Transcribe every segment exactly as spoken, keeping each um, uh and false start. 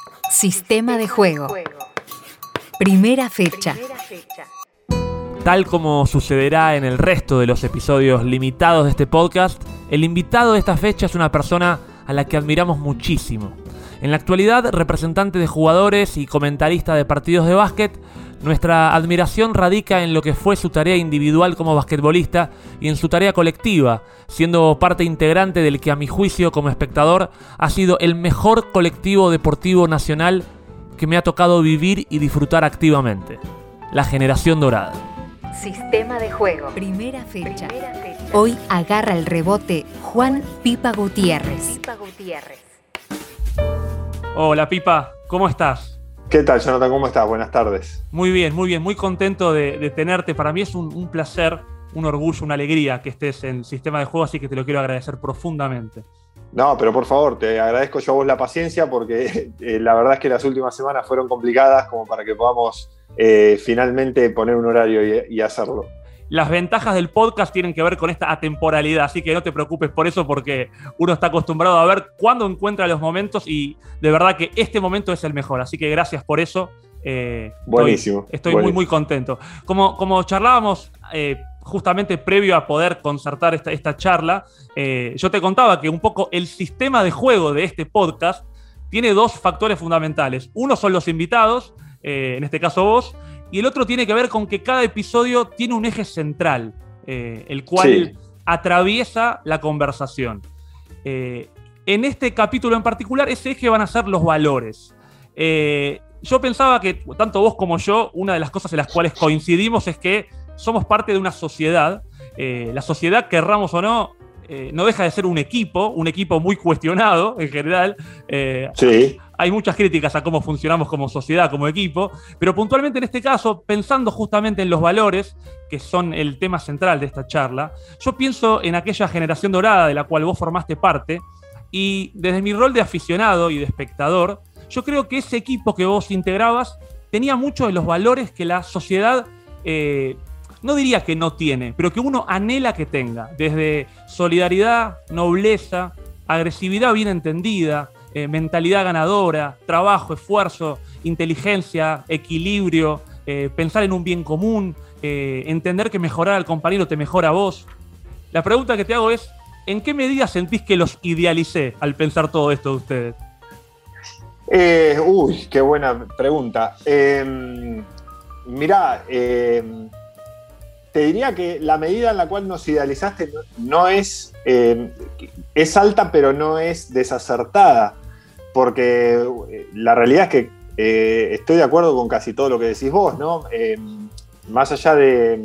Sistema de juego. Primera fecha. Tal como sucederá en el resto de los episodios limitados de este podcast, el invitado de esta fecha es una persona a la que admiramos muchísimo. En la actualidad, representante de jugadores y comentarista de partidos de básquet, nuestra admiración radica en lo que fue su tarea individual como basquetbolista y en su tarea colectiva, siendo parte integrante del que a mi juicio como espectador ha sido el mejor colectivo deportivo nacional que me ha tocado vivir y disfrutar activamente: la Generación Dorada. Sistema de juego. Primera fecha. Primera fecha. Hoy agarra el rebote Juan Pipa Gutiérrez. Pipa Gutiérrez. Hola Pipa, ¿cómo estás? ¿Qué tal, Jonathan? ¿Cómo estás? Buenas tardes. Muy bien, muy bien. Muy contento de, de tenerte. Para mí es un, un placer, un orgullo, una alegría que estés en Sistema de Juego, así que te lo quiero agradecer profundamente. No, pero por favor, te agradezco yo a vos la paciencia porque eh, la verdad es que las últimas semanas fueron complicadas como para que podamos eh, finalmente poner un horario y, y hacerlo. Las ventajas del podcast tienen que ver con esta atemporalidad, así que no te preocupes por eso, porque uno está acostumbrado a ver cuándo encuentra los momentos y de verdad que este momento es el mejor, así que gracias por eso. Eh, Buenísimo. Estoy, estoy buenísimo. muy, muy contento. Como, como charlábamos eh, justamente previo a poder concertar esta, esta charla, eh, yo te contaba que un poco el sistema de juego de este podcast tiene dos factores fundamentales. Uno son los invitados, eh, en este caso vos, y el otro tiene que ver con que cada episodio tiene un eje central, eh, el cual sí. atraviesa la conversación. Eh, en este capítulo en particular, ese eje van a ser los valores. Eh, yo pensaba que, tanto vos como yo, una de las cosas en las cuales coincidimos es que somos parte de una sociedad. Eh, la sociedad, querramos o no, eh, no deja de ser un equipo, un equipo muy cuestionado en general. Eh, sí. Hay muchas críticas a cómo funcionamos como sociedad, como equipo, pero puntualmente en este caso, pensando justamente en los valores, que son el tema central de esta charla, yo pienso en aquella generación dorada de la cual vos formaste parte, y desde mi rol de aficionado y de espectador, yo creo que ese equipo que vos integrabas tenía muchos de los valores que la sociedad, eh, no diría que no tiene, pero que uno anhela que tenga, desde solidaridad, nobleza, agresividad bien entendida, Eh, mentalidad ganadora, trabajo, esfuerzo, inteligencia, equilibrio, eh, pensar en un bien común, eh, entender que mejorar al compañero te mejora a vos. La pregunta que te hago es, ¿en qué medida sentís que los idealicé al pensar todo esto de ustedes? Eh, uy, qué buena pregunta. Eh, mirá, eh, te diría que la medida en la cual nos idealizaste no, no es, eh, es alta, pero no es desacertada. Porque la realidad es que eh, estoy de acuerdo con casi todo lo que decís vos, ¿no? Eh, más allá de,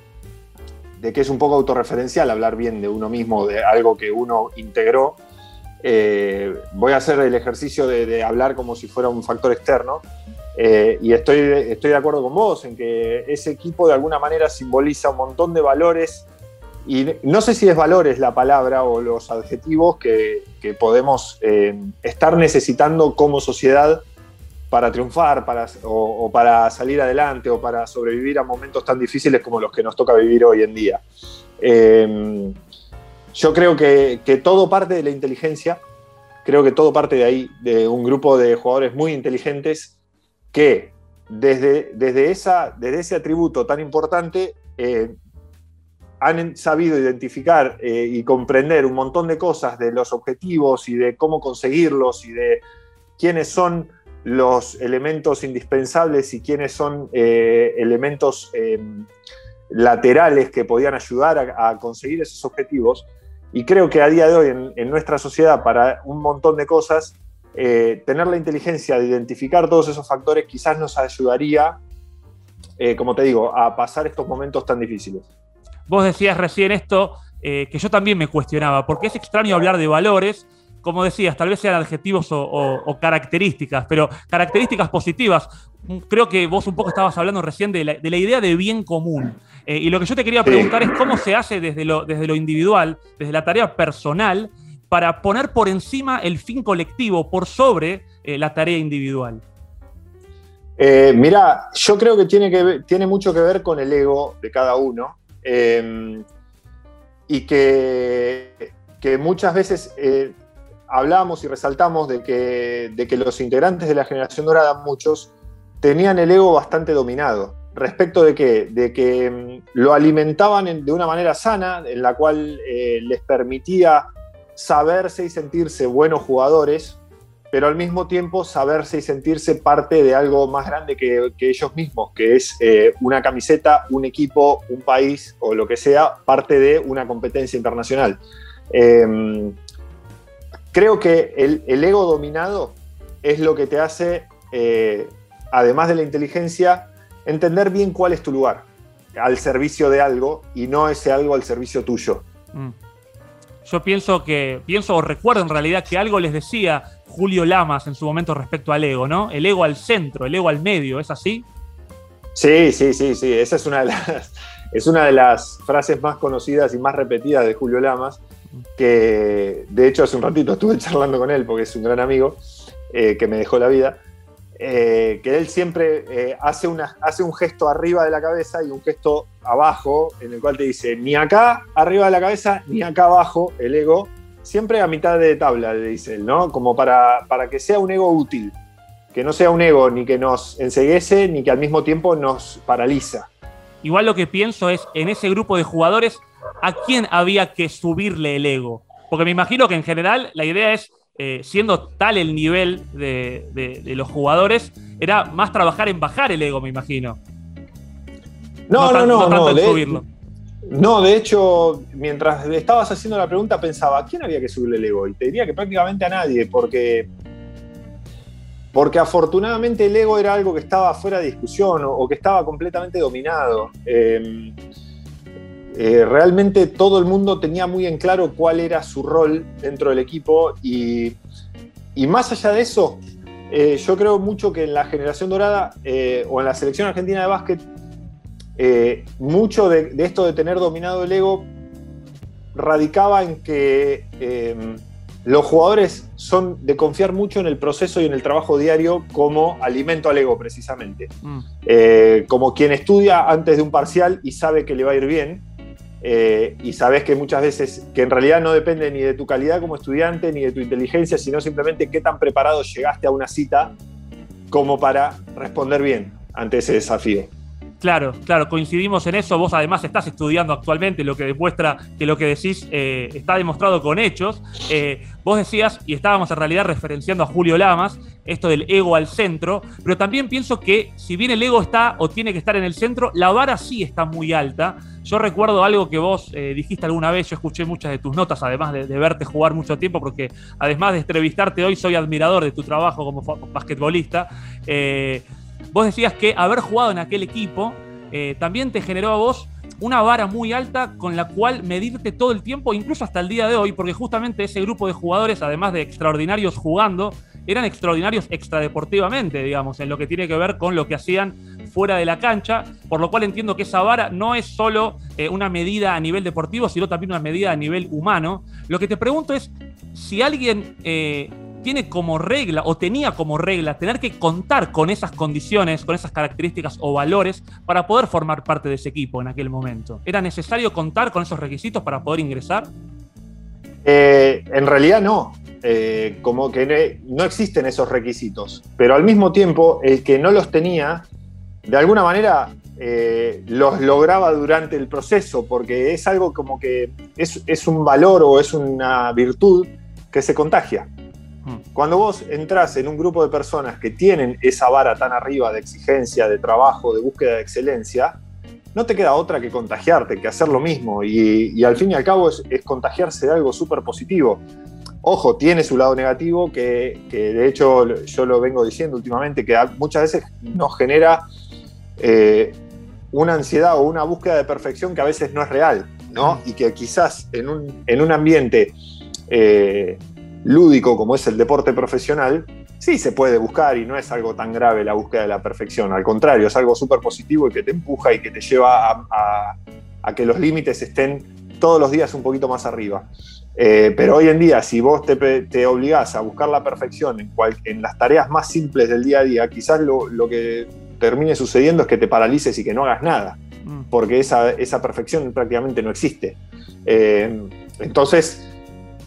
de que es un poco autorreferencial hablar bien de uno mismo, de algo que uno integró, eh, voy a hacer el ejercicio de, de hablar como si fuera un factor externo. Eh, y estoy, estoy de acuerdo con vos en que ese equipo de alguna manera simboliza un montón de valores. Y no sé si es valores la palabra o los adjetivos que, que podemos eh, estar necesitando como sociedad para triunfar para, o, o para salir adelante o para sobrevivir a momentos tan difíciles como los que nos toca vivir hoy en día. Eh, yo creo que, que todo parte de la inteligencia, creo que todo parte de ahí, de un grupo de jugadores muy inteligentes que desde, desde, esa, desde ese atributo tan importante eh, han sabido identificar eh, y comprender un montón de cosas de los objetivos y de cómo conseguirlos y de quiénes son los elementos indispensables y quiénes son eh, elementos eh, laterales que podían ayudar a, a conseguir esos objetivos. Y creo que a día de hoy en, en nuestra sociedad, para un montón de cosas, eh, tener la inteligencia de identificar todos esos factores quizás nos ayudaría, eh, como te digo, a pasar estos momentos tan difíciles. Vos decías recién esto, eh, que yo también me cuestionaba, porque es extraño hablar de valores, como decías, tal vez sean adjetivos o, o, o características, pero características positivas. Creo que vos un poco estabas hablando recién de la, de la idea de bien común. Eh, y lo que yo te quería preguntar sí. es cómo se hace desde lo, desde lo individual, desde la tarea personal, para poner por encima el fin colectivo, por sobre eh, la tarea individual. Eh, mirá, yo creo que tiene, que tiene mucho que ver con el ego de cada uno. Eh, y que, que muchas veces eh, hablamos y resaltamos de que, de que los integrantes de la generación dorada, muchos, tenían el ego bastante dominado. ¿Respecto de qué? De que lo alimentaban en, de una manera sana, en la cual eh, les permitía saberse y sentirse buenos jugadores, pero al mismo tiempo saberse y sentirse parte de algo más grande que, que ellos mismos, que es eh, una camiseta, un equipo, un país o lo que sea, parte de una competencia internacional. Eh, creo que el, el ego dominado es lo que te hace, eh, además de la inteligencia, entender bien cuál es tu lugar al servicio de algo y no ese algo al servicio tuyo. Mm. Yo pienso que, pienso o recuerdo en realidad que algo les decía Julio Lamas en su momento respecto al ego, ¿no? El ego al centro, el ego al medio, ¿es así? Sí, sí, sí, sí. Esa es una de las, es una de las frases más conocidas y más repetidas de Julio Lamas, que de hecho hace un ratito estuve charlando con él porque es un gran amigo eh, que me dejó la vida. Eh, que él siempre eh, hace, una, hace un gesto arriba de la cabeza y un gesto abajo, en el cual te dice ni acá arriba de la cabeza, ni acá abajo, el ego, siempre a mitad de tabla, le dice él, ¿no? Como para, para que sea un ego útil, que no sea un ego ni que nos enceguece, ni que al mismo tiempo nos paraliza. Igual lo que pienso es, en ese grupo de jugadores, ¿a quién había que subirle el ego? Porque me imagino que en general la idea es, Eh, siendo tal el nivel de, de, de los jugadores, era más trabajar en bajar el ego, me imagino. No, no, tan, no, no, tanto no, en de, subirlo. No, de hecho, mientras estabas haciendo la pregunta pensaba, ¿a quién había que subirle el ego? Y te diría que prácticamente a nadie, porque, porque afortunadamente el ego era algo que estaba fuera de discusión o, o que estaba completamente dominado. Eh, Eh, realmente todo el mundo tenía muy en claro cuál era su rol dentro del equipo y, y más allá de eso, eh, yo creo mucho que en la generación dorada eh, o en la selección argentina de básquet, eh, mucho de, de esto de tener dominado el ego radicaba en que eh, los jugadores son de confiar mucho en el proceso y en el trabajo diario como alimento al ego, precisamente. Mm. Eh, como quien estudia antes de un parcial y sabe que le va a ir bien. Eh, y sabes que muchas veces, que en realidad no depende ni de tu calidad como estudiante, ni de tu inteligencia, sino simplemente qué tan preparado llegaste a una cita como para responder bien ante ese desafío. Claro, claro, coincidimos en eso. Vos además estás estudiando actualmente, lo que demuestra que lo que decís eh, está demostrado con hechos. Eh, vos decías, y estábamos en realidad referenciando a Julio Lamas, esto del ego al centro, pero también pienso que si bien el ego está o tiene que estar en el centro, la vara sí está muy alta. Yo recuerdo algo que vos eh, dijiste alguna vez, yo escuché muchas de tus notas, además de, de verte jugar mucho tiempo, porque además de entrevistarte hoy soy admirador de tu trabajo como basquetbolista. Eh, Vos decías que haber jugado en aquel equipo eh, también te generó a vos una vara muy alta con la cual medirte todo el tiempo, incluso hasta el día de hoy, porque justamente ese grupo de jugadores, además de extraordinarios jugando, eran extraordinarios extradeportivamente, digamos, en lo que tiene que ver con lo que hacían fuera de la cancha, por lo cual entiendo que esa vara no es solo eh, una medida a nivel deportivo, sino también una medida a nivel humano. Lo que te pregunto es si alguien eh, tiene como regla o tenía como regla tener que contar con esas condiciones, con esas características o valores para poder formar parte de ese equipo en aquel momento. ¿Era necesario contar con esos requisitos para poder ingresar? Eh, en realidad no. Eh, como que no existen esos requisitos, pero al mismo tiempo el que no los tenía de alguna manera eh, los lograba durante el proceso, porque es algo como que es, es un valor o es una virtud que se contagia. Cuando vos entrás en un grupo de personas que tienen esa vara tan arriba de exigencia, de trabajo, de búsqueda de excelencia, no te queda otra que contagiarte, que hacer lo mismo, y, y al fin y al cabo es, es contagiarse de algo súper positivo. Ojo, tiene su lado negativo, que, que de hecho yo lo vengo diciendo últimamente, que muchas veces nos genera eh, una ansiedad o una búsqueda de perfección que a veces no es real, ¿no? Y que quizás en un, en un ambiente eh, lúdico como es el deporte profesional, sí se puede buscar y no es algo tan grave la búsqueda de la perfección. Al contrario, es algo súper positivo y que te empuja y que te lleva a, a, a que los límites estén todos los días un poquito más arriba. Eh, pero hoy en día, si vos te, te obligás a buscar la perfección en, cual, en las tareas más simples del día a día, quizás lo, lo que termine sucediendo es que te paralices y que no hagas nada, porque esa, esa perfección prácticamente no existe. Eh, entonces,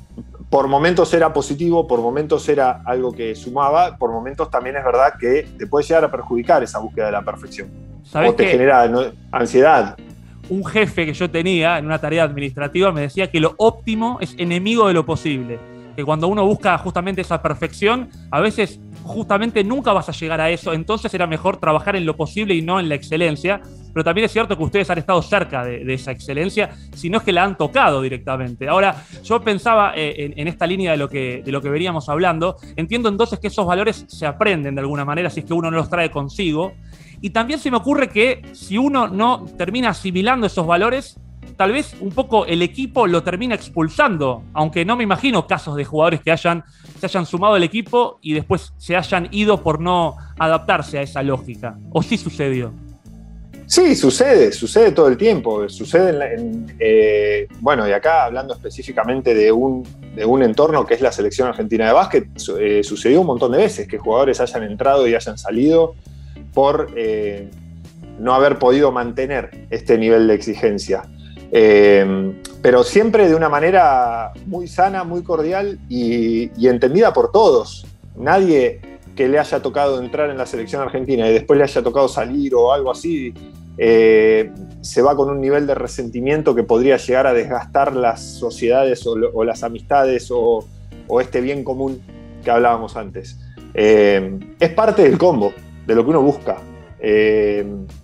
por momentos era positivo, por momentos era algo que sumaba, por momentos también es verdad que te puede llegar a perjudicar esa búsqueda de la perfección. O te genera, ¿no?, ansiedad. Un jefe que yo tenía en una tarea administrativa me decía que lo óptimo es enemigo de lo posible. Que cuando uno busca justamente esa perfección, a veces justamente nunca vas a llegar a eso, entonces era mejor trabajar en lo posible y no en la excelencia. Pero también es cierto que ustedes han estado cerca de, de esa excelencia, si no es que la han tocado directamente. Ahora, yo pensaba eh, en, en esta línea de lo, que, de lo que veníamos hablando. Entiendo entonces que esos valores se aprenden de alguna manera si es que uno no los trae consigo. Y también se me ocurre que si uno no termina asimilando esos valores, tal vez un poco el equipo lo termina expulsando, aunque no me imagino casos de jugadores que hayan, se hayan sumado al equipo y después se hayan ido por no adaptarse a esa lógica. ¿O sí sucedió? Sí, sucede, sucede todo el tiempo. Sucede en, en eh, bueno, y acá hablando específicamente de un, de un entorno que es la selección argentina de básquet, eh, sucedió un montón de veces que jugadores hayan entrado y hayan salido por eh, no haber podido mantener este nivel de exigencia. Eh, pero siempre de una manera muy sana, muy cordial y, y entendida por todos. Nadie que le haya tocado entrar en la selección argentina y después le haya tocado salir o algo así, eh, se va con un nivel de resentimiento que podría llegar a desgastar las sociedades o, o las amistades o, o este bien común que hablábamos antes. Eh, es parte del combo, de lo que uno busca. Eh,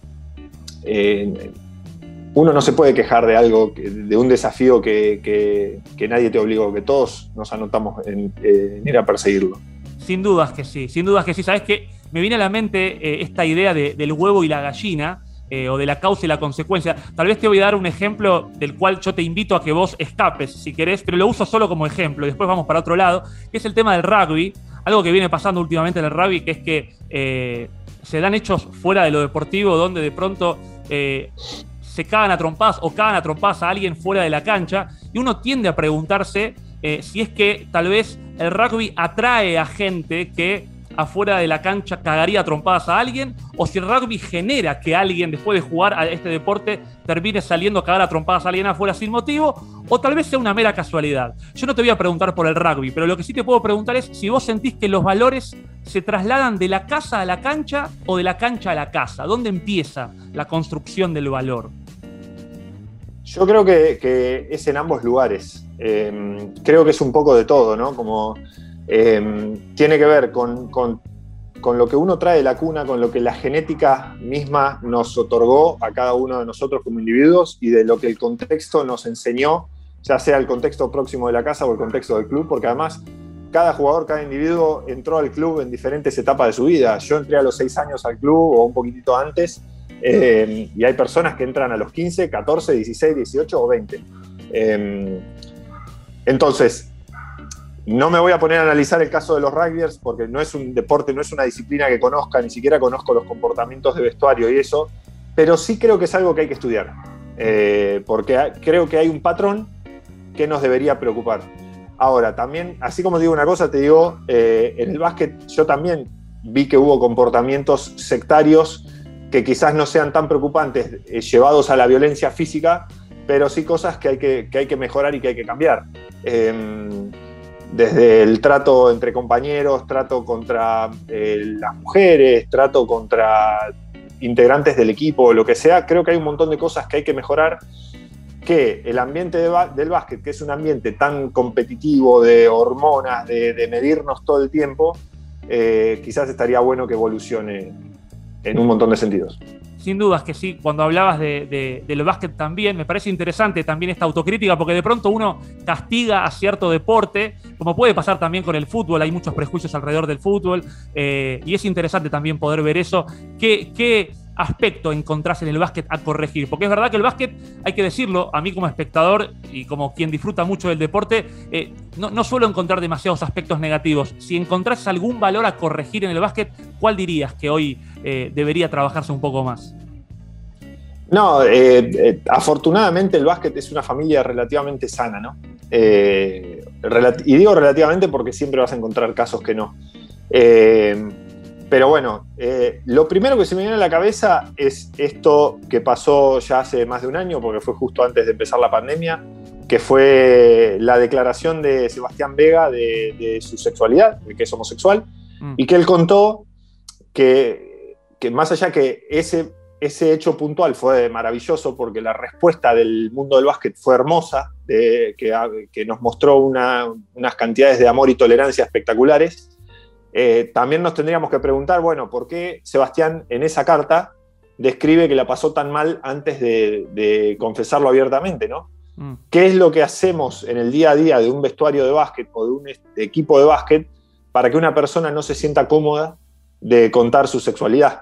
eh, uno no se puede quejar de algo, de un desafío que, que, que nadie te obligó, que todos nos anotamos en, en ir a perseguirlo. Sin dudas que sí, sin dudas que sí. ¿Sabés qué? Me viene a la mente eh, esta idea de, del huevo y la gallina, eh, o de la causa y la consecuencia. Tal vez te voy a dar un ejemplo del cual yo te invito a que vos escapes, si querés, pero lo uso solo como ejemplo, y después vamos para otro lado, que es el tema del rugby. Algo que viene pasando últimamente en el rugby, que es que eh, se dan hechos fuera de lo deportivo, donde de pronto eh, se cagan a trompadas o cagan a trompadas a alguien fuera de la cancha, y uno tiende a preguntarse eh, si es que tal vez el rugby atrae a gente que afuera de la cancha cagaría a trompadas a alguien, o si el rugby genera que alguien después de jugar a este deporte termine saliendo a cagar a trompadas a alguien afuera sin motivo, o tal vez sea una mera casualidad. Yo no te voy a preguntar por el rugby, pero lo que sí te puedo preguntar es si vos sentís que los valores se trasladan de la casa a la cancha o de la cancha a la casa. ¿Dónde empieza la construcción del valor? Yo creo que, que es en ambos lugares. Eh, creo que es un poco de todo, ¿no? Como eh, tiene que ver con, con, con lo que uno trae de la cuna, con lo que la genética misma nos otorgó a cada uno de nosotros como individuos y de lo que el contexto nos enseñó, ya sea el contexto próximo de la casa o el contexto del club, porque además cada jugador, cada individuo entró al club en diferentes etapas de su vida. Yo entré a los seis años al club o un poquitito antes, eh, y hay personas que entran a los quince, catorce, dieciséis, dieciocho o veinte. Eh, entonces, no me voy a poner a analizar el caso de los rugbyers porque no es un deporte, no es una disciplina que conozca, ni siquiera conozco los comportamientos de vestuario y eso, pero sí creo que es algo que hay que estudiar, eh, porque creo que hay un patrón que nos debería preocupar. Ahora, también, así como digo una cosa, te digo, eh, en el básquet yo también vi que hubo comportamientos sectarios que quizás no sean tan preocupantes, eh, llevados a la violencia física, pero sí cosas que hay que, que hay que mejorar y que hay que cambiar. Eh, desde el trato entre compañeros, trato contra eh, las mujeres, trato contra integrantes del equipo, lo que sea, creo que hay un montón de cosas que hay que mejorar, que el ambiente de, del básquet, que es un ambiente tan competitivo, de hormonas, de, de medirnos todo el tiempo, eh, quizás estaría bueno que evolucione en un montón de sentidos. Sin dudas que sí, cuando hablabas de, de, del básquet también, me parece interesante también esta autocrítica, porque de pronto uno castiga a cierto deporte, como puede pasar también con el fútbol, hay muchos prejuicios alrededor del fútbol, eh, y es interesante también poder ver eso. ¿Qué, qué aspecto encontrás en el básquet a corregir? Porque es verdad que el básquet, hay que decirlo, a mí como espectador y como quien disfruta mucho del deporte, eh, no, no suelo encontrar demasiados aspectos negativos. Si encontrás algún valor a corregir en el básquet, ¿cuál dirías que hoy eh, debería trabajarse un poco más? No, eh, eh, afortunadamente el básquet es una familia relativamente sana, ¿no? Eh, relat- y digo relativamente porque siempre vas a encontrar casos que no. Eh, pero bueno, eh, lo primero que se me viene a la cabeza es esto que pasó ya hace más de un año, porque fue justo antes de empezar la pandemia, que fue la declaración de Sebastián Vega de, de su sexualidad, de que es homosexual, mm. y que él contó que, que más allá que ese, ese hecho puntual fue maravilloso, porque la respuesta del mundo del básquet fue hermosa, de, que, que nos mostró una, unas cantidades de amor y tolerancia espectaculares, eh, también nos tendríamos que preguntar, bueno, ¿por qué Sebastián en esa carta describe que la pasó tan mal antes de, de confesarlo abiertamente, ¿no? Mm. ¿Qué es lo que hacemos en el día a día de un vestuario de básquet o de un equipo de básquet para que una persona no se sienta cómoda de contar su sexualidad?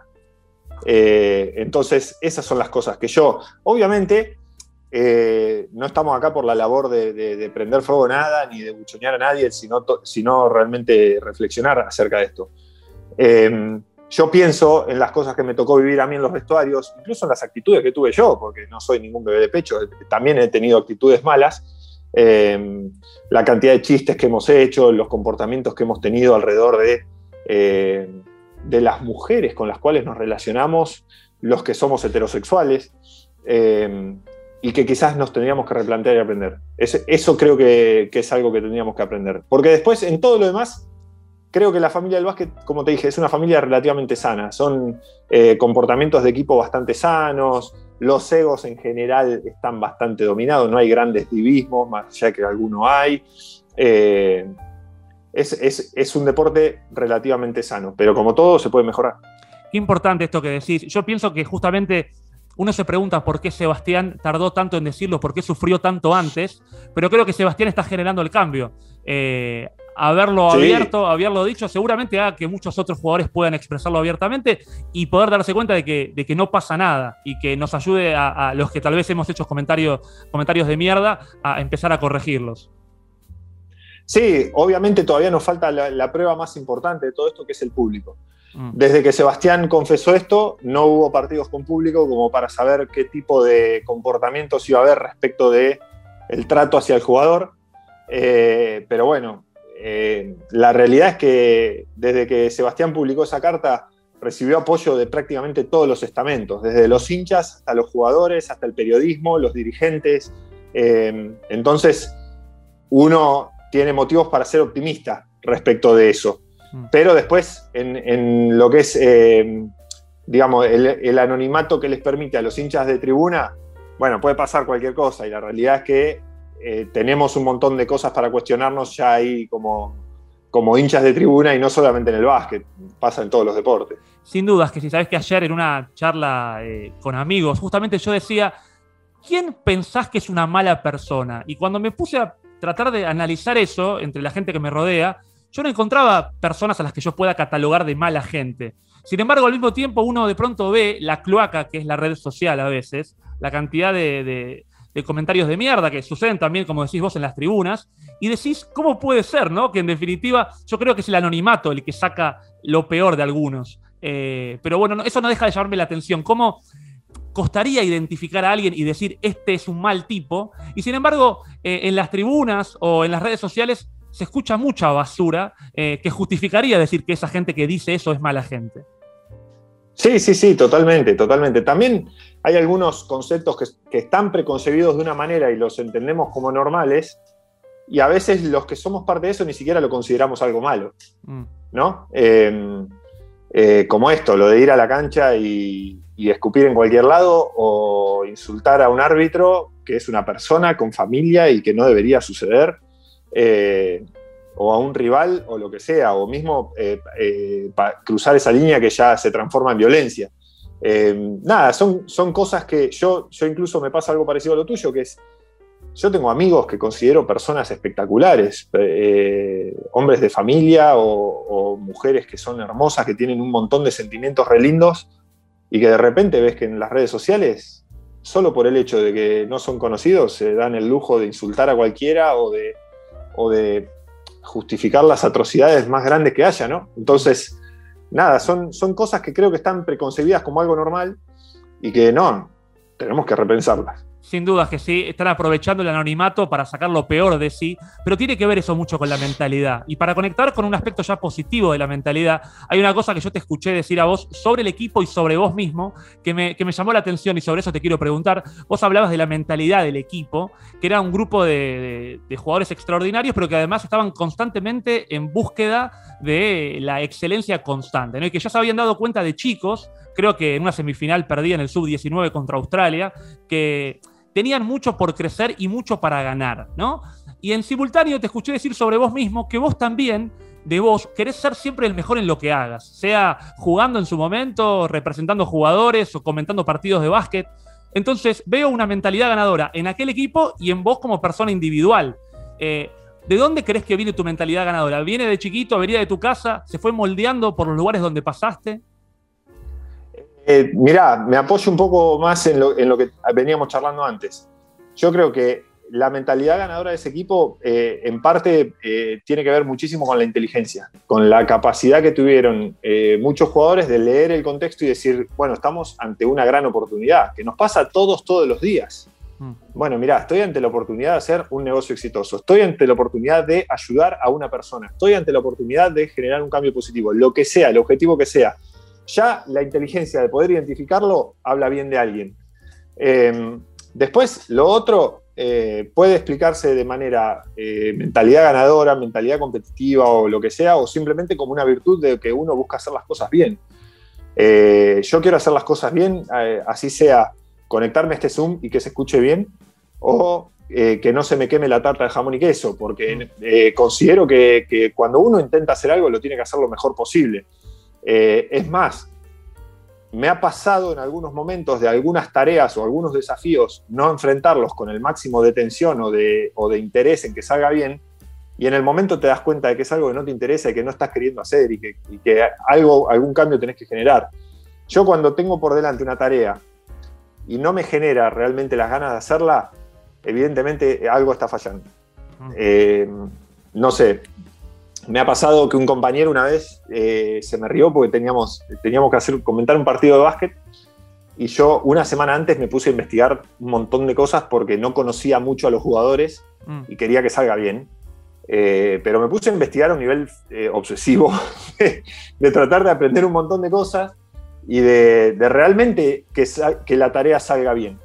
Eh, entonces, esas son las cosas que yo, obviamente, eh, no estamos acá por la labor de, de, de prender fuego a nada, ni de buchonear a nadie, sino, to, sino realmente reflexionar acerca de esto. Eh, Yo pienso en las cosas que me tocó vivir a mí en los vestuarios, incluso en las actitudes que tuve yo, porque no soy ningún bebé de pecho, también he tenido actitudes malas, eh, la cantidad de chistes que hemos hecho, los comportamientos que hemos tenido alrededor de, eh, de las mujeres con las cuales nos relacionamos, los que somos heterosexuales, eh, y que quizás nos tendríamos que replantear y aprender. Es, eso creo que, que es algo que tendríamos que aprender. Porque después, en todo lo demás, creo que la familia del básquet, como te dije, es una familia relativamente sana. Son eh, comportamientos de equipo bastante sanos, los egos en general están bastante dominados, no hay grandes divismos, más allá que alguno hay. Eh, es, es, es un deporte relativamente sano, pero como todo se puede mejorar. Qué importante esto que decís. Yo pienso que justamente uno se pregunta por qué Sebastián tardó tanto en decirlo, por qué sufrió tanto antes, pero creo que Sebastián está generando el cambio. Eh, haberlo sí. abierto, haberlo dicho, seguramente haga que muchos otros jugadores puedan expresarlo abiertamente y poder darse cuenta de que, de que no pasa nada y que nos ayude a, a los que tal vez hemos hecho comentarios, comentarios de mierda a empezar a corregirlos. Sí, obviamente todavía nos falta la, la prueba más importante de todo esto, que es el público. Desde que Sebastián confesó esto, no hubo partidos con público como para saber qué tipo de comportamientos iba a haber respecto del trato hacia el jugador. Eh, pero bueno, eh, la realidad es que desde que Sebastián publicó esa carta, recibió apoyo de prácticamente todos los estamentos, desde los hinchas hasta los jugadores, hasta el periodismo, los dirigentes. Eh, entonces, uno tiene motivos para ser optimista respecto de eso. Pero después, en, en lo que es, eh, digamos, el, el anonimato que les permite a los hinchas de tribuna, bueno, puede pasar cualquier cosa, y la realidad es que eh, tenemos un montón de cosas para cuestionarnos ya ahí como, como hinchas de tribuna, y no solamente en el básquet, pasa en todos los deportes. Sin dudas que sí, sabés que ayer en una charla eh, con amigos, justamente yo decía, ¿quién pensás que es una mala persona? Y cuando me puse a tratar de analizar eso entre la gente que me rodea, yo no encontraba personas a las que yo pueda catalogar de mala gente. Sin embargo, al mismo tiempo, uno de pronto ve la cloaca, que es la red social a veces, la cantidad de, de, de comentarios de mierda que suceden también, como decís vos, en las tribunas, y decís, ¿cómo puede ser, no? Que en definitiva, yo creo que es el anonimato el que saca lo peor de algunos. Eh, pero bueno, no, eso no deja de llamarme la atención. ¿Cómo costaría identificar a alguien y decir, este es un mal tipo? Y sin embargo, eh, en las tribunas o en las redes sociales, se escucha mucha basura eh, que justificaría decir que esa gente que dice eso es mala gente. Sí, sí, sí, totalmente, totalmente. También hay algunos conceptos que, que están preconcebidos de una manera y los entendemos como normales, y a veces los que somos parte de eso ni siquiera lo consideramos algo malo, mm. ¿no? Eh, eh, como esto, lo de ir a la cancha y, y escupir en cualquier lado o insultar a un árbitro que es una persona con familia y que no debería suceder. Eh, o a un rival o lo que sea, o mismo eh, eh, cruzar esa línea que ya se transforma en violencia. Eh, nada, son, son cosas que yo, yo incluso me pasa algo parecido a lo tuyo, que es, yo tengo amigos que considero personas espectaculares, eh, hombres de familia o, o mujeres que son hermosas, que tienen un montón de sentimientos re lindos, y que de repente ves que en las redes sociales, solo por el hecho de que no son conocidos, se dan el lujo de insultar a cualquiera o de o de justificar las atrocidades más grandes que haya, ¿no? Entonces, nada, son, son cosas que creo que están preconcebidas como algo normal y que no, tenemos que repensarlas. Sin dudas que sí, están aprovechando el anonimato para sacar lo peor de sí, pero tiene que ver eso mucho con la mentalidad. Y para conectar con un aspecto ya positivo de la mentalidad, hay una cosa que yo te escuché decir a vos sobre el equipo y sobre vos mismo, que me, que me llamó la atención y sobre eso te quiero preguntar. Vos hablabas de la mentalidad del equipo, que era un grupo de, de, de jugadores extraordinarios, pero que además estaban constantemente en búsqueda de la excelencia constante, ¿no? Y que ya se habían dado cuenta de chicos, creo que en una semifinal perdían el sub diecinueve contra Australia, que tenían mucho por crecer y mucho para ganar, ¿no? Y en simultáneo te escuché decir sobre vos mismo que vos también, de vos, querés ser siempre el mejor en lo que hagas, sea jugando en su momento, representando jugadores o comentando partidos de básquet. Entonces veo una mentalidad ganadora en aquel equipo y en vos como persona individual. Eh, ¿De dónde crees que viene tu mentalidad ganadora? ¿Viene de chiquito, venía de tu casa? ¿Se fue moldeando por los lugares donde pasaste? Eh, mirá, me apoyo un poco más en lo, en lo que veníamos charlando antes. Yo creo que la mentalidad ganadora de ese equipo, eh, en parte, eh, tiene que ver muchísimo con la inteligencia, con la capacidad que tuvieron eh, muchos jugadores de leer el contexto y decir, bueno, estamos ante una gran oportunidad, que nos pasa a todos todos los días. Mm. Bueno, mirá, estoy ante la oportunidad de hacer un negocio exitoso, estoy ante la oportunidad de ayudar a una persona, estoy ante la oportunidad de generar un cambio positivo, lo que sea, el objetivo que sea. Ya la inteligencia de poder identificarlo habla bien de alguien. Eh, después, lo otro eh, puede explicarse de manera eh, mentalidad ganadora, mentalidad competitiva o lo que sea, o simplemente como una virtud de que uno busca hacer las cosas bien. Eh, yo quiero hacer las cosas bien, eh, así sea conectarme a este Zoom y que se escuche bien, o eh, que no se me queme la tarta de jamón y queso, porque eh, considero que, que cuando uno intenta hacer algo lo tiene que hacer lo mejor posible. Eh, es más, me ha pasado en algunos momentos de algunas tareas o algunos desafíos no enfrentarlos con el máximo de tensión o de, o de interés en que salga bien, y en el momento te das cuenta de que es algo que no te interesa y que no estás queriendo hacer y que, y que algo, algún cambio tenés que generar. Yo cuando tengo por delante una tarea y no me genera realmente las ganas de hacerla, evidentemente algo está fallando. Eh, no sé, me ha pasado que un compañero una vez eh, se me rió porque teníamos, teníamos que hacer, comentar un partido de básquet y yo una semana antes me puse a investigar un montón de cosas porque no conocía mucho a los jugadores mm. y quería que salga bien. Eh, pero me puse a investigar a un nivel eh, obsesivo de, de tratar de aprender un montón de cosas y de, de realmente que, que la tarea salga bien.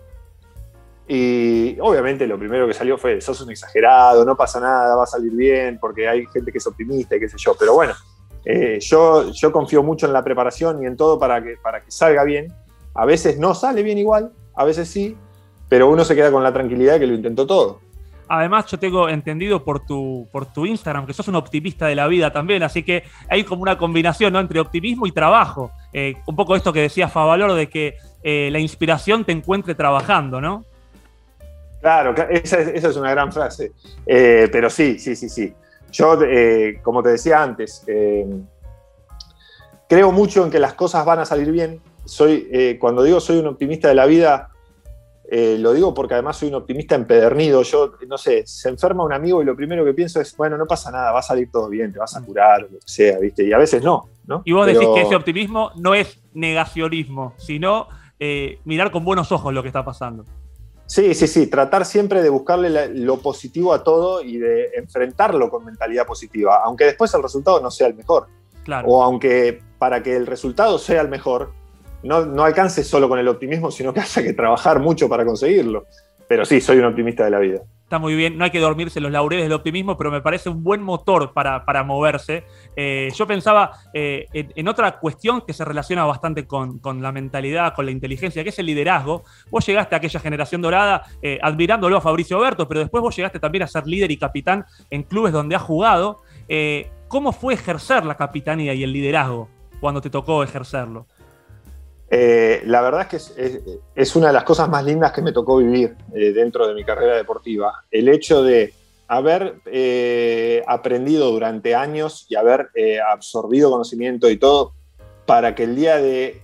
Y obviamente lo primero que salió fue, sos un exagerado, no pasa nada, va a salir bien, porque hay gente que es optimista y qué sé yo. Pero bueno, eh, yo, yo confío mucho en la preparación y en todo para que, para que salga bien. A veces no sale bien igual, a veces sí, pero uno se queda con la tranquilidad de que lo intentó todo. Además, yo tengo entendido por tu, por tu Instagram que sos un optimista de la vida también, así que hay como una combinación, ¿no?, entre optimismo y trabajo. Eh, un poco esto que decía Favaloro de que eh, la inspiración te encuentre trabajando, ¿no? Claro, esa es, esa es una gran frase. Eh, pero sí, sí, sí, sí. Yo, eh, como te decía antes, eh, creo mucho en que las cosas van a salir bien. Soy, eh, cuando digo soy un optimista de la vida, eh, lo digo porque además soy un optimista empedernido. Yo, no sé, se enferma un amigo y lo primero que pienso es, bueno, no pasa nada, va a salir todo bien, te vas a curar, o lo que sea, ¿viste? Y a veces no, ¿no? Y vos pero... decís que ese optimismo no es negacionismo, sino eh, mirar con buenos ojos lo que está pasando. Sí, sí, sí, tratar siempre de buscarle la, lo positivo a todo y de enfrentarlo con mentalidad positiva, aunque después el resultado no sea el mejor. Claro. O aunque para que el resultado sea el mejor, no, no alcance solo con el optimismo, sino que haya que trabajar mucho para conseguirlo. Pero sí, soy un optimista de la vida. Está muy bien, no hay que dormirse en los laureles del optimismo, pero me parece un buen motor para, para moverse. Eh, yo pensaba eh, en, en otra cuestión que se relaciona bastante con, con la mentalidad, con la inteligencia, que es el liderazgo. Vos llegaste a aquella generación dorada eh, admirándolo a Fabricio Oberto, pero después vos llegaste también a ser líder y capitán en clubes donde has jugado. Eh, ¿Cómo fue ejercer la capitanía y el liderazgo cuando te tocó ejercerlo? Eh, la verdad es que es, es, es una de las cosas más lindas que me tocó vivir eh, dentro de mi carrera deportiva. El hecho de haber eh, aprendido durante años y haber eh, absorbido conocimiento y todo para que el día de,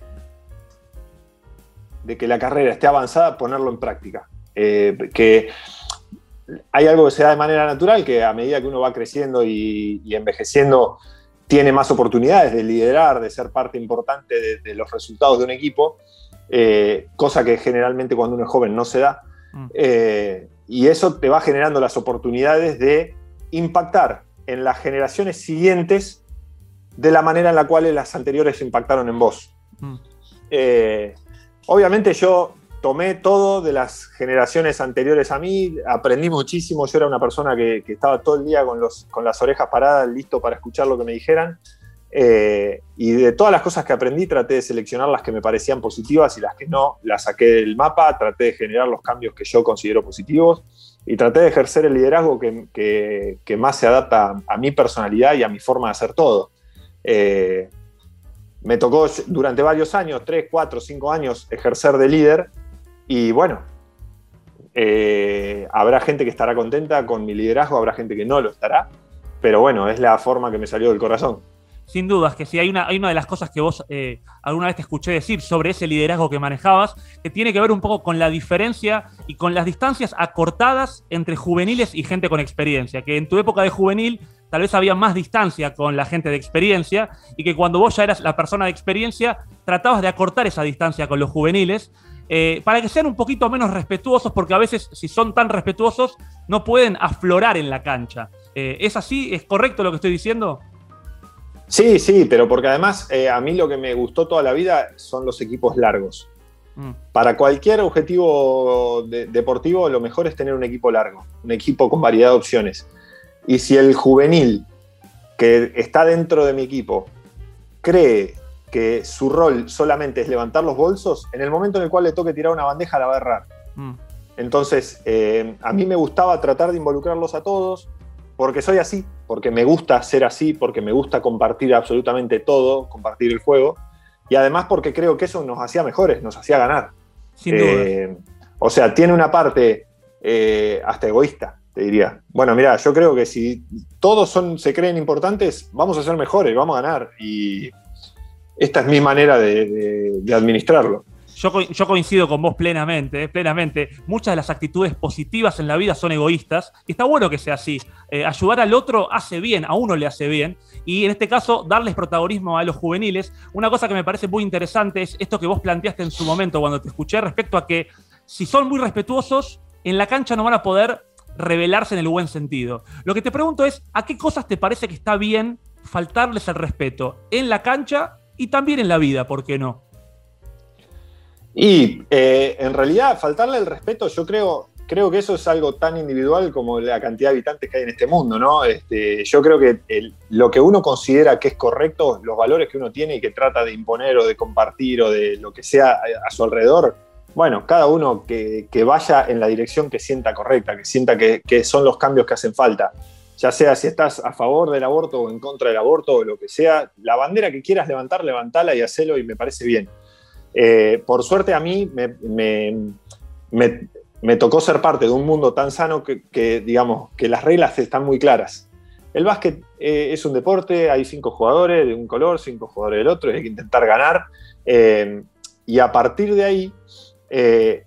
de que la carrera esté avanzada, ponerlo en práctica. Eh, que hay algo que se da de manera natural, que a medida que uno va creciendo y, y envejeciendo, tiene más oportunidades de liderar, de ser parte importante de, de los resultados de un equipo, eh, cosa que generalmente cuando uno es joven no se da. Mm. Eh, y eso te va generando las oportunidades de impactar en las generaciones siguientes de la manera en la cual las anteriores impactaron en vos. Mm. Eh, obviamente yo tomé todo de las generaciones anteriores a mí, aprendí muchísimo, yo era una persona que, que estaba todo el día con, los, con las orejas paradas, listo para escuchar lo que me dijeran, eh, y de todas las cosas que aprendí traté de seleccionar las que me parecían positivas y las que no, las saqué del mapa, traté de generar los cambios que yo considero positivos y traté de ejercer el liderazgo que, que, que más se adapta a mi personalidad y a mi forma de hacer todo. Eh, me tocó durante varios años, tres, cuatro, cinco años, ejercer de líder. Y bueno, eh, habrá gente que estará contenta con mi liderazgo, habrá gente que no lo estará, pero bueno, es la forma que me salió del corazón. Sin dudas, que sí, hay una, hay una de las cosas que vos eh, alguna vez te escuché decir sobre ese liderazgo que manejabas, que tiene que ver un poco con la diferencia y con las distancias acortadas entre juveniles y gente con experiencia, que en tu época de juvenil tal vez había más distancia con la gente de experiencia y que cuando vos ya eras la persona de experiencia, tratabas de acortar esa distancia con los juveniles, Eh, para que sean un poquito menos respetuosos, porque a veces si son tan respetuosos no pueden aflorar en la cancha. Eh, ¿Es así? ¿Es correcto lo que estoy diciendo? Sí, sí, pero porque además eh, a mí lo que me gustó toda la vida son los equipos largos. Mm. Para cualquier objetivo de, deportivo lo mejor es tener un equipo largo, un equipo con variedad de opciones. Y si el juvenil que está dentro de mi equipo cree que su rol solamente es levantar los bolsos, en el momento en el cual le toque tirar una bandeja la va a errar. Mm. Entonces, eh, a mí me gustaba tratar de involucrarlos a todos, porque soy así, porque me gusta ser así, porque me gusta compartir absolutamente todo, compartir el juego, y además porque creo que eso nos hacía mejores, nos hacía ganar. Sin eh, duda. O sea, tiene una parte eh, hasta egoísta, te diría. Bueno, mira, yo creo que si todos son, se creen importantes, vamos a ser mejores, vamos a ganar, y esta es mi manera de, de, de administrarlo. Yo, yo coincido con vos plenamente, eh, plenamente. Muchas de las actitudes positivas en la vida son egoístas y está bueno que sea así. Eh, ayudar al otro hace bien, a uno le hace bien. Y en este caso, darles protagonismo a los juveniles. Una cosa que me parece muy interesante es esto que vos planteaste en su momento cuando te escuché respecto a que si son muy respetuosos, en la cancha no van a poder rebelarse en el buen sentido. Lo que te pregunto es, ¿a qué cosas te parece que está bien faltarles el respeto en la cancha y también en la vida? ¿Por qué no? Y eh, en realidad faltarle el respeto, yo creo, creo que eso es algo tan individual como la cantidad de habitantes que hay en este mundo, ¿no? Este, yo creo que el, lo que uno considera que es correcto, los valores que uno tiene y que trata de imponer o de compartir o de lo que sea a, a su alrededor, bueno, cada uno que, que vaya en la dirección que sienta correcta, que sienta que, que son los cambios que hacen falta. Ya sea si estás a favor del aborto o en contra del aborto o lo que sea, la bandera que quieras levantar, levantala y hacelo y me parece bien. Eh, por suerte a mí me, me, me, me tocó ser parte de un mundo tan sano que, que, digamos, que las reglas están muy claras. El básquet eh, es un deporte, hay cinco jugadores de un color, cinco jugadores del otro, y hay que intentar ganar. Eh, y a partir de ahí, eh,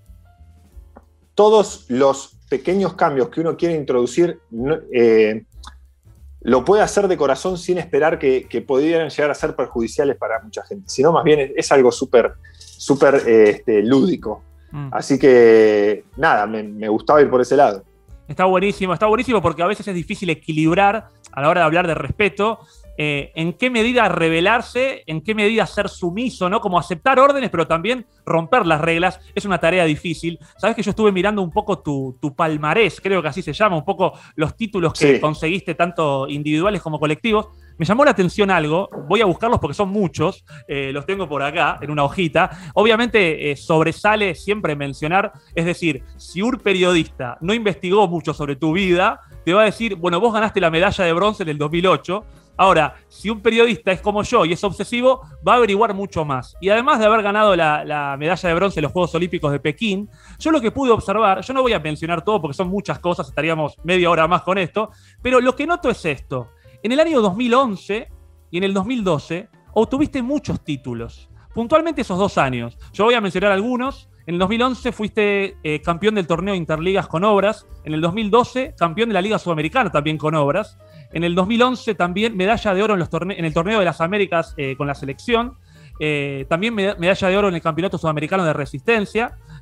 todos los pequeños cambios que uno quiere introducir eh, lo puede hacer de corazón sin esperar que, que pudieran llegar a ser perjudiciales para mucha gente, sino más bien es, es algo súper súper eh, este, lúdico. Mm. Así que nada, me, me gustaba ir por ese lado. Está buenísimo, está buenísimo porque a veces es difícil equilibrar a la hora de hablar de respeto. Eh, en qué medida rebelarse, en qué medida ser sumiso, ¿no? Como aceptar órdenes, pero también romper las reglas, es una tarea difícil. Sabes que yo estuve mirando un poco tu, tu palmarés, creo que así se llama, un poco los títulos que sí. conseguiste, tanto individuales como colectivos. Me llamó la atención algo, voy a buscarlos porque son muchos, eh, los tengo por acá, en una hojita. Obviamente eh, sobresale siempre mencionar, es decir, si un periodista no investigó mucho sobre tu vida, te va a decir, bueno, vos ganaste la medalla de bronce en el dos mil ocho, ahora, si un periodista es como yo y es obsesivo, va a averiguar mucho más. Y además de haber ganado la, la medalla de bronce en los Juegos Olímpicos de Pekín, yo lo que pude observar, yo no voy a mencionar todo porque son muchas cosas, estaríamos media hora más con esto, pero lo que noto es esto. En el año dos mil once y en el dos mil doce obtuviste muchos títulos, puntualmente esos dos años. Yo voy a mencionar algunos. En el dos mil once fuiste eh, campeón del torneo Interligas con Obras. En el dos mil doce, campeón de la Liga Sudamericana también con Obras. En el dos mil once también medalla de oro en, los torne- en el Torneo de las Américas eh, con la selección. Eh, también med- medalla de oro en el Campeonato Sudamericano de Resistencia.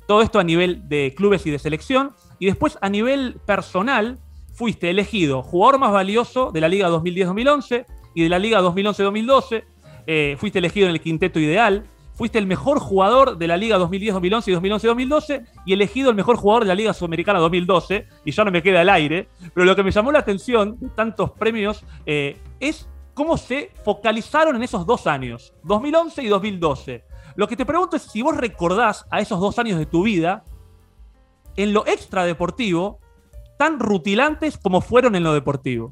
Todo esto a nivel de clubes y de selección. Y después, a nivel personal, fuiste elegido jugador más valioso de la Liga dos mil diez dos mil once y de la Liga dos mil once dos mil doce. Eh, fuiste elegido en el quinteto ideal. Fuiste el mejor jugador de la Liga dos mil diez dos mil once y dos mil once dos mil doce y elegido el mejor jugador de la Liga Sudamericana dos mil doce, y ya no me queda al aire. Pero lo que me llamó la atención de tantos premios eh, es cómo se focalizaron en esos dos años, dos mil once y dos mil doce. Lo que te pregunto es si vos recordás a esos dos años de tu vida en lo extradeportivo tan rutilantes como fueron en lo deportivo.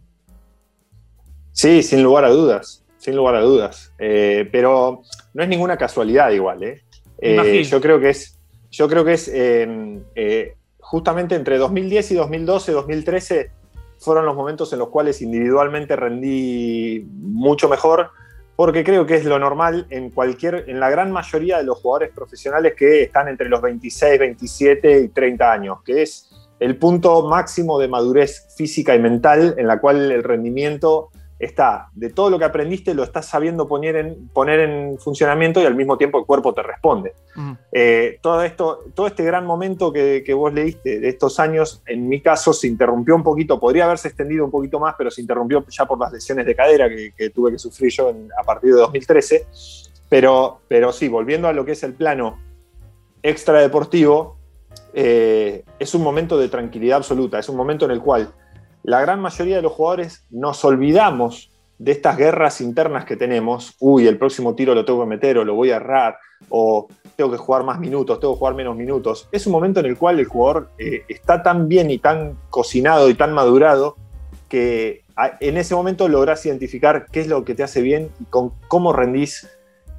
Sí, sin lugar a dudas. Sin lugar a dudas. Eh, pero no es ninguna casualidad igual. ¿eh? Eh, yo creo que es, yo creo que es eh, eh, justamente entre dos mil diez y dos mil doce, dos mil trece fueron los momentos en los cuales individualmente rendí mucho mejor, porque creo que es lo normal en cualquier, en la gran mayoría de los jugadores profesionales que están entre los veintiséis, veintisiete y treinta años, que es el punto máximo de madurez física y mental en la cual el rendimiento está, de todo lo que aprendiste lo estás sabiendo poner en, poner en funcionamiento y al mismo tiempo el cuerpo te responde. Uh -huh. eh, todo, esto, todo este gran momento que, que vos leíste de estos años, en mi caso se interrumpió un poquito, podría haberse extendido un poquito más, pero se interrumpió ya por las lesiones de cadera que, que tuve que sufrir yo en, a partir de dos mil trece, pero, pero sí, volviendo a lo que es el plano extradeportivo, eh, es un momento de tranquilidad absoluta, es un momento en el cual la gran mayoría de los jugadores nos olvidamos de estas guerras internas que tenemos. Uy, el próximo tiro lo tengo que meter, o lo voy a errar, o tengo que jugar más minutos, tengo que jugar menos minutos. Es un momento en el cual el jugador eh, está tan bien y tan cocinado y tan madurado que a, en ese momento lográs identificar qué es lo que te hace bien y con cómo rendís,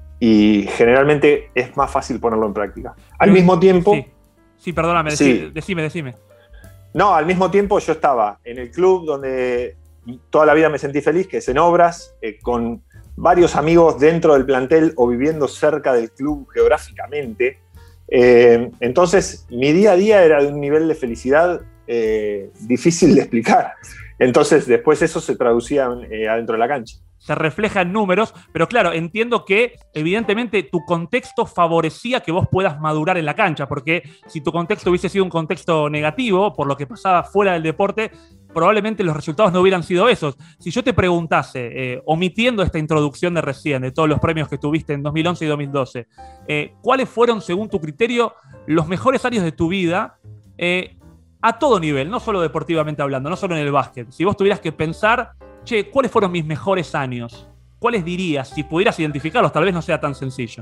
y generalmente es más fácil ponerlo en práctica. Al mismo tiempo... Sí, sí perdóname, sí. decime, decime. No, al mismo tiempo yo estaba en el club donde toda la vida me sentí feliz, que es en Obras, eh, con varios amigos dentro del plantel o viviendo cerca del club geográficamente. Eh, entonces, mi día a día era de un nivel de felicidad eh, difícil de explicar. Entonces, después eso se traducía eh, adentro de la cancha. Se refleja en números, pero claro, entiendo que evidentemente tu contexto favorecía que vos puedas madurar en la cancha, porque si tu contexto hubiese sido un contexto negativo, por lo que pasaba fuera del deporte, probablemente los resultados no hubieran sido esos. Si yo te preguntase, eh, omitiendo esta introducción de recién, de todos los premios que tuviste en dos mil once y dos mil doce, eh, ¿cuáles fueron, según tu criterio, los mejores años de tu vida eh, a todo nivel, no solo deportivamente hablando, no solo en el básquet? Si vos tuvieras que pensar, che, ¿cuáles fueron mis mejores años? ¿Cuáles dirías? Si pudieras identificarlos, tal vez no sea tan sencillo.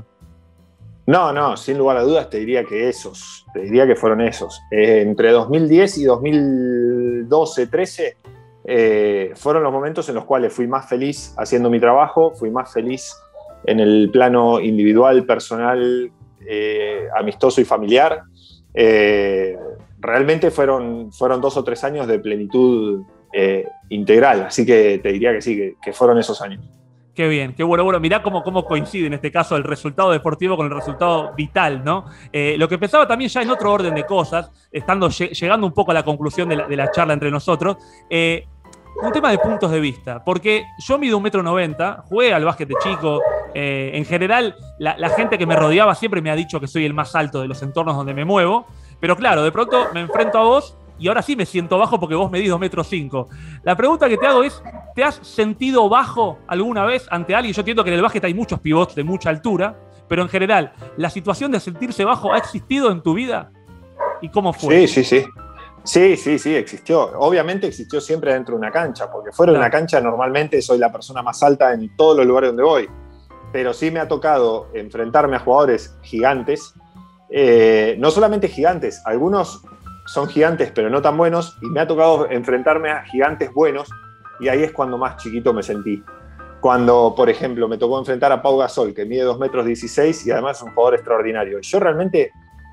No, no, sin lugar a dudas te diría que esos, te diría que fueron esos. Eh, entre dos mil diez y dos mil doce, trece eh, fueron los momentos en los cuales fui más feliz haciendo mi trabajo, fui más feliz en el plano individual, personal, eh, amistoso y familiar. Eh, realmente fueron, fueron dos o tres años de plenitud eh, integral, así que te diría que sí, que, que fueron esos años. Qué bien, qué bueno. Bueno, mirá cómo, cómo coincide en este caso el resultado deportivo con el resultado vital, ¿no? Eh, lo que pensaba también ya en otro orden de cosas, estando llegando un poco a la conclusión de la, de la charla entre nosotros, eh, un tema de puntos de vista, porque yo mido un metro noventa, jugué al básquet de chico, eh, en general la, la gente que me rodeaba siempre me ha dicho que soy el más alto de los entornos donde me muevo, pero claro, de pronto me enfrento a vos y ahora sí me siento bajo porque vos medís dos metros cinco. La pregunta que te hago es, ¿te has sentido bajo alguna vez ante alguien? Yo entiendo que en el básquet hay muchos pivots de mucha altura, pero en general, ¿la situación de sentirse bajo ha existido en tu vida? ¿Y cómo fue? Sí, sí, sí. Sí, sí, sí, existió. Obviamente existió siempre dentro de una cancha, porque fuera de una cancha normalmente soy la persona más alta en todos los lugares donde voy. Pero sí me ha tocado enfrentarme a jugadores gigantes, eh, no solamente gigantes, algunos son gigantes pero no tan buenos, y me ha tocado enfrentarme a gigantes buenos, y ahí es cuando más chiquito me sentí. Cuando, por ejemplo, me tocó enfrentar a Pau Gasol, que mide dos metros dieciséis y además es un jugador extraordinario. Yo realmente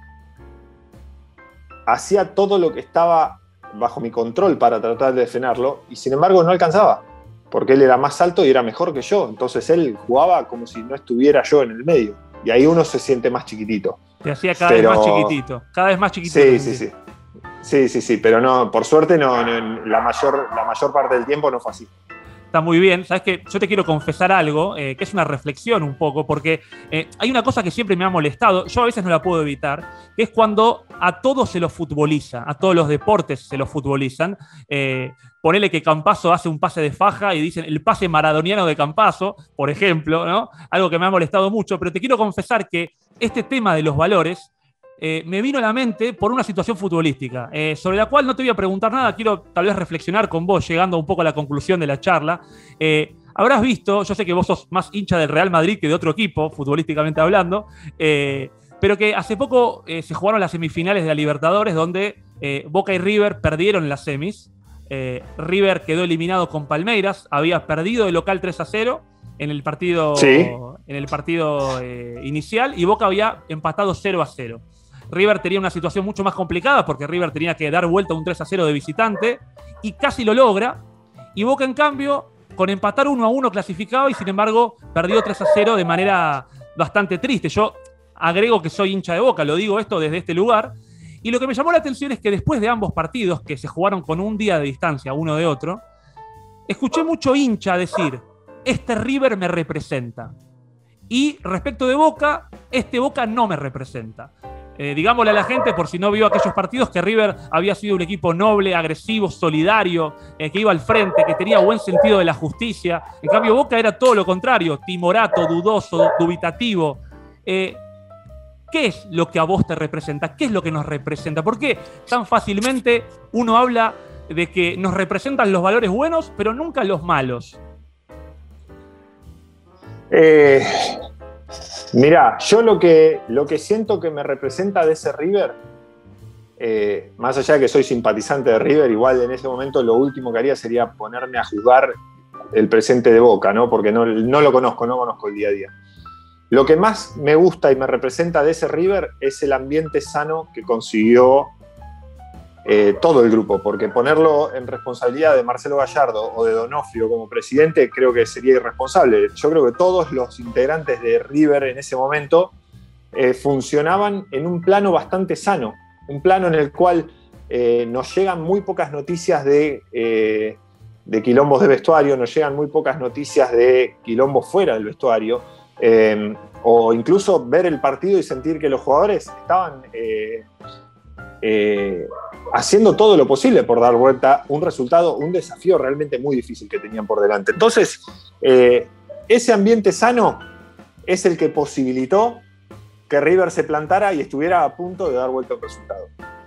hacía todo lo que estaba bajo mi control para tratar de frenarlo, y sin embargo no alcanzaba, porque él era más alto y era mejor que yo. Entonces él jugaba como si no estuviera yo en el medio, y ahí uno se siente más chiquitito. Te hacía cada pero... vez más chiquitito, cada vez más chiquitito. Sí, sí, sí. Sí, sí, sí, pero no, por suerte no, no, la, mayor, la mayor parte del tiempo no fue así. está muy bien. Sabes que yo te quiero confesar algo, eh, que es una reflexión un poco, porque eh, hay una cosa que siempre me ha molestado, yo a veces no la puedo evitar, que es cuando a todos se los futboliza, a todos los deportes se los futbolizan. Eh, ponele que Campazzo hace un pase de faja y dicen el pase maradoniano de Campazzo, por ejemplo, ¿no? Algo que me ha molestado mucho, pero te quiero confesar que este tema de los valores eh, me vino a la mente por una situación futbolística, eh, sobre la cual no te voy a preguntar nada, quiero tal vez reflexionar con vos, llegando un poco a la conclusión de la charla. Eh, habrás visto, yo sé que vos sos más hincha del Real Madrid que de otro equipo, futbolísticamente hablando, eh, pero que hace poco eh, se jugaron las semifinales de la Libertadores, donde eh, Boca y River perdieron las semis. Eh, River quedó eliminado con Palmeiras, había perdido de local tres a cero en el partido, sí. en el partido eh, inicial, y Boca había empatado cero a cero. River tenía una situación mucho más complicada porque River tenía que dar vuelta a un tres a cero de visitante y casi lo logra, y Boca en cambio con empatar uno a uno clasificaba y sin embargo perdió tres a cero de manera bastante triste. Yo agrego que soy hincha de Boca, lo digo esto desde este lugar. Y lo que me llamó la atención es que después de ambos partidos, que se jugaron con un día de distancia uno de otro, escuché mucho hincha decir, este River me representa. Y respecto de Boca, este Boca no me representa. Eh, digámosle a la gente, por si no vio aquellos partidos, que River había sido un equipo noble, agresivo, solidario, eh, que iba al frente, que tenía buen sentido de la justicia. En cambio, Boca era todo lo contrario, timorato, dudoso, dubitativo. Eh, ¿Qué es lo que a vos te representa? ¿Qué es lo que nos representa? ¿Por qué tan fácilmente uno habla de que nos representan los valores buenos, pero nunca los malos? Eh, mirá, yo lo que, lo que siento que me representa de ese River, eh, más allá de que soy simpatizante de River, igual en ese momento lo último que haría sería ponerme a juzgar el presente de Boca, ¿no? Porque no, no lo conozco, no conozco el día a día. Lo que más me gusta y me representa de ese River es el ambiente sano que consiguió eh, todo el grupo, porque ponerlo en responsabilidad de Marcelo Gallardo o de Donofrio como presidente creo que sería irresponsable. Yo creo que todos los integrantes de River en ese momento eh, funcionaban en un plano bastante sano, un plano en el cual eh, nos llegan muy pocas noticias de, eh, de quilombos de vestuario, nos llegan muy pocas noticias de quilombos fuera del vestuario. Eh, o incluso ver el partido y sentir que los jugadores estaban eh, eh, haciendo todo lo posible por dar vuelta un resultado, un desafío realmente muy difícil que tenían por delante. Entonces, eh, ese ambiente sano es el que posibilitó que River se plantara y estuviera a punto de dar vuelta un resultado.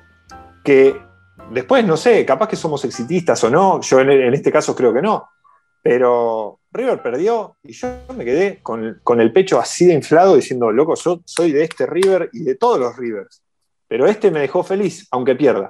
Que después, no sé, capaz que somos exitistas o no, yo en, en este caso creo que no, pero River perdió y yo me quedé con, con el pecho así de inflado diciendo, loco, yo soy de este River y de todos los Rivers, pero este me dejó feliz, aunque pierda.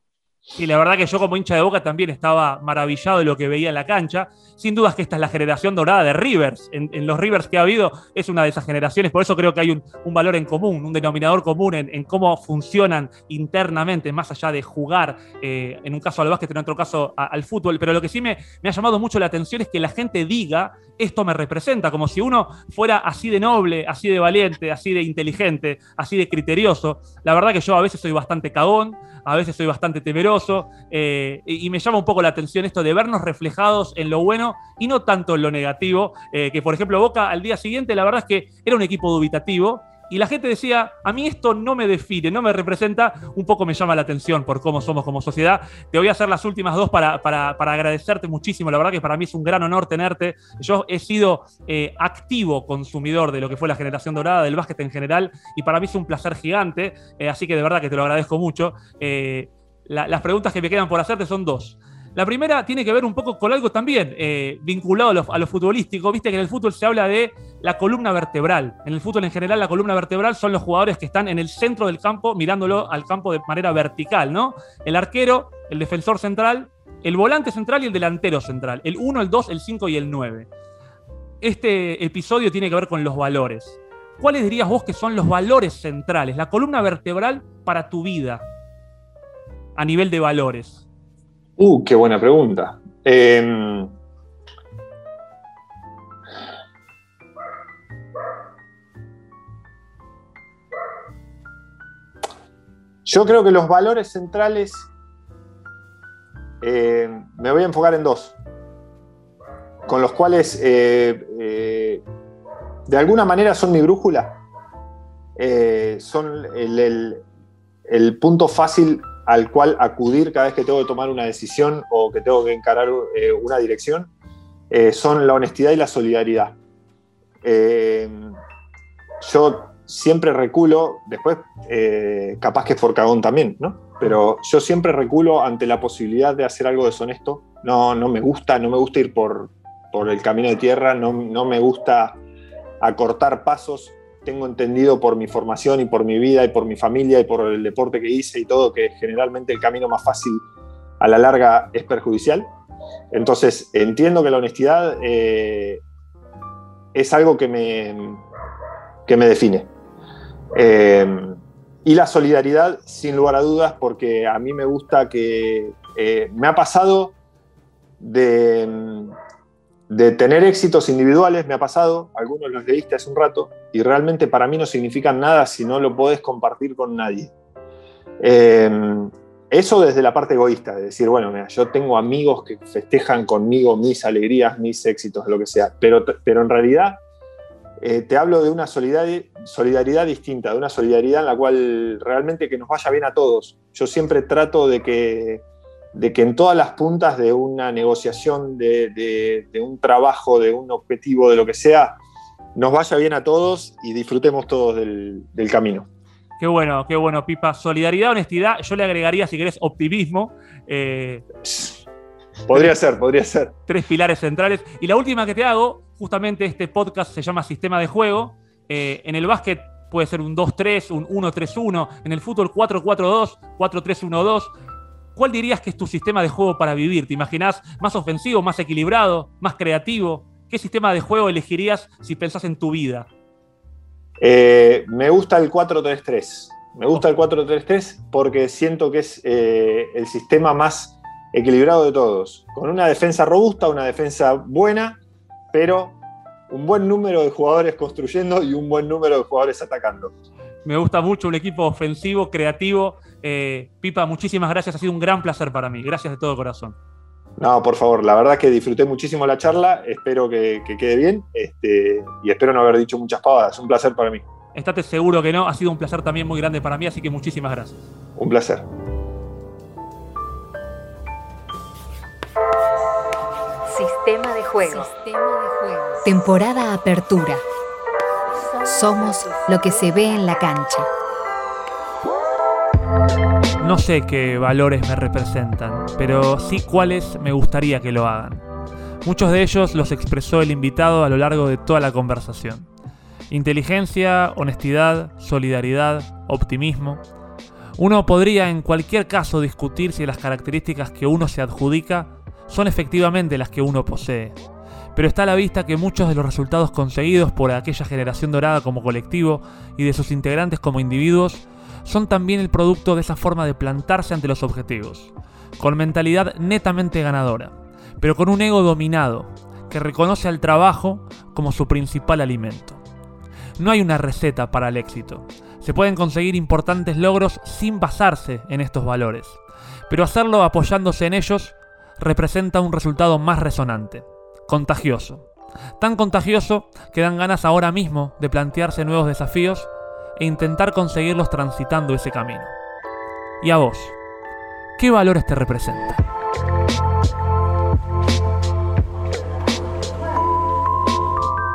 Y la verdad que yo como hincha de Boca también estaba maravillado de lo que veía en la cancha. Sin dudas que esta es la generación dorada de Rivers. En, en los Rivers que ha habido es una de esas generaciones. Por eso creo que hay un, un valor en común, un denominador común en, en cómo funcionan internamente, más allá de jugar, eh, en un caso al básquet, en otro caso a, al fútbol. Pero lo que sí me, me ha llamado mucho la atención es que la gente diga, esto me representa, como si uno fuera así de noble, así de valiente, así de inteligente, así de criterioso. La verdad que yo a veces soy bastante cagón, a veces soy bastante temeroso, eh, y, y me llama un poco la atención esto de vernos reflejados en lo bueno y no tanto en lo negativo, eh, que por ejemplo Boca al día siguiente la verdad es que era un equipo dubitativo y la gente decía, a mí esto no me define, no me representa, un poco me llama la atención por cómo somos como sociedad. Te voy a hacer las últimas dos para, para, para agradecerte muchísimo, la verdad que para mí es un gran honor tenerte. Yo he sido eh, activo consumidor de lo que fue la generación dorada, del básquet en general, y para mí es un placer gigante, eh, así que de verdad que te lo agradezco mucho. Eh, la, las preguntas que me quedan por hacerte son dos. La primera tiene que ver un poco con algo también eh, vinculado a lo, a lo futbolístico. Viste que en el fútbol se habla de la columna vertebral. En el fútbol en general la columna vertebral son los jugadores que están en el centro del campo mirándolo al campo de manera vertical, ¿no? El arquero, el defensor central, el volante central y el delantero central. El uno, el dos, el cinco y el nueve. Este episodio tiene que ver con los valores. ¿Cuáles dirías vos que son los valores centrales, la columna vertebral para tu vida a nivel de valores? Uh, qué buena pregunta. Eh, yo creo que los valores centrales, eh, me voy a enfocar en dos. con los cuales eh, eh, de alguna manera son mi brújula. Eh, son el, el, el punto fácil al cual acudir cada vez que tengo que tomar una decisión o que tengo que encarar eh, una dirección, eh, son la honestidad y la solidaridad. Eh, yo siempre reculo, después eh, capaz que es por cagón también, ¿no? Pero yo siempre reculo ante la posibilidad de hacer algo deshonesto. No, no me gusta, no me gusta ir por, por el camino de tierra, no, no me gusta acortar pasos. Tengo entendido por mi formación y por mi vida y por mi familia y por el deporte que hice y todo, que generalmente el camino más fácil a la larga es perjudicial. Entonces entiendo que la honestidad eh, es algo que me, que me define. Eh, y la solidaridad, sin lugar a dudas, porque a mí me gusta que... Eh, me ha pasado de... de tener éxitos individuales, me ha pasado, algunos los leíste hace un rato, y realmente para mí no significan nada si no lo podés compartir con nadie. Eh, eso desde la parte egoísta, de decir, bueno, mira, yo tengo amigos que festejan conmigo mis alegrías, mis éxitos, lo que sea, pero, pero en realidad eh, te hablo de una solidaridad, solidaridad distinta, de una solidaridad en la cual realmente que nos vaya bien a todos. Yo siempre trato de que de que en todas las puntas de una negociación, de, de, de un trabajo, de un objetivo, de lo que sea, nos vaya bien a todos y disfrutemos todos del, del camino. Qué bueno, qué bueno, Pipa. Solidaridad, honestidad, yo le agregaría, si querés, optimismo. Eh, podría ser, podría ser. Tres pilares centrales. Y la última que te hago, justamente este podcast se llama Sistema de Juego. Eh, en el básquet puede ser un dos tres, un uno tres uno. En el fútbol cuatro cuatro dos, cuatro tres uno dos. ¿Cuál dirías que es tu sistema de juego para vivir? ¿Te imaginás más ofensivo, más equilibrado, más creativo? ¿Qué sistema de juego elegirías si pensás en tu vida? Eh, me gusta el cuatro tres tres. Me gusta el cuatro tres tres porque siento que es eh, el sistema más equilibrado de todos. Con una defensa robusta, una defensa buena, pero un buen número de jugadores construyendo y un buen número de jugadores atacando. Me gusta mucho un equipo ofensivo, creativo. Eh, Pipa, muchísimas gracias, ha sido un gran placer para mí, gracias de todo corazón. No, por favor, la verdad que disfruté muchísimo la charla, espero que, que quede bien este, y espero no haber dicho muchas pavadas, un placer para mí. Estate seguro que no, ha sido un placer también muy grande para mí, así que muchísimas gracias. Un placer. Sistema de juego. Sistema de juego. Temporada Apertura. Somos lo que se ve en la cancha. No sé qué valores me representan, pero sí cuáles me gustaría que lo hagan. Muchos de ellos los expresó el invitado a lo largo de toda la conversación. Inteligencia, honestidad, solidaridad, optimismo. Uno podría en cualquier caso discutir si las características que uno se adjudica son efectivamente las que uno posee. Pero está a la vista que muchos de los resultados conseguidos por aquella generación dorada como colectivo y de sus integrantes como individuos son también el producto de esa forma de plantarse ante los objetivos, con mentalidad netamente ganadora, pero con un ego dominado, que reconoce al trabajo como su principal alimento. No hay una receta para el éxito. Se pueden conseguir importantes logros sin basarse en estos valores, pero hacerlo apoyándose en ellos representa un resultado más resonante, contagioso. Tan contagioso que dan ganas ahora mismo de plantearse nuevos desafíos e intentar conseguirlos transitando ese camino. ¿Y a vos? ¿Qué valores te representan?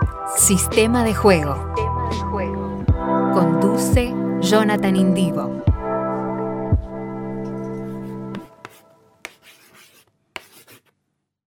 Sistema de juego. Conduce Jonathan Indivo.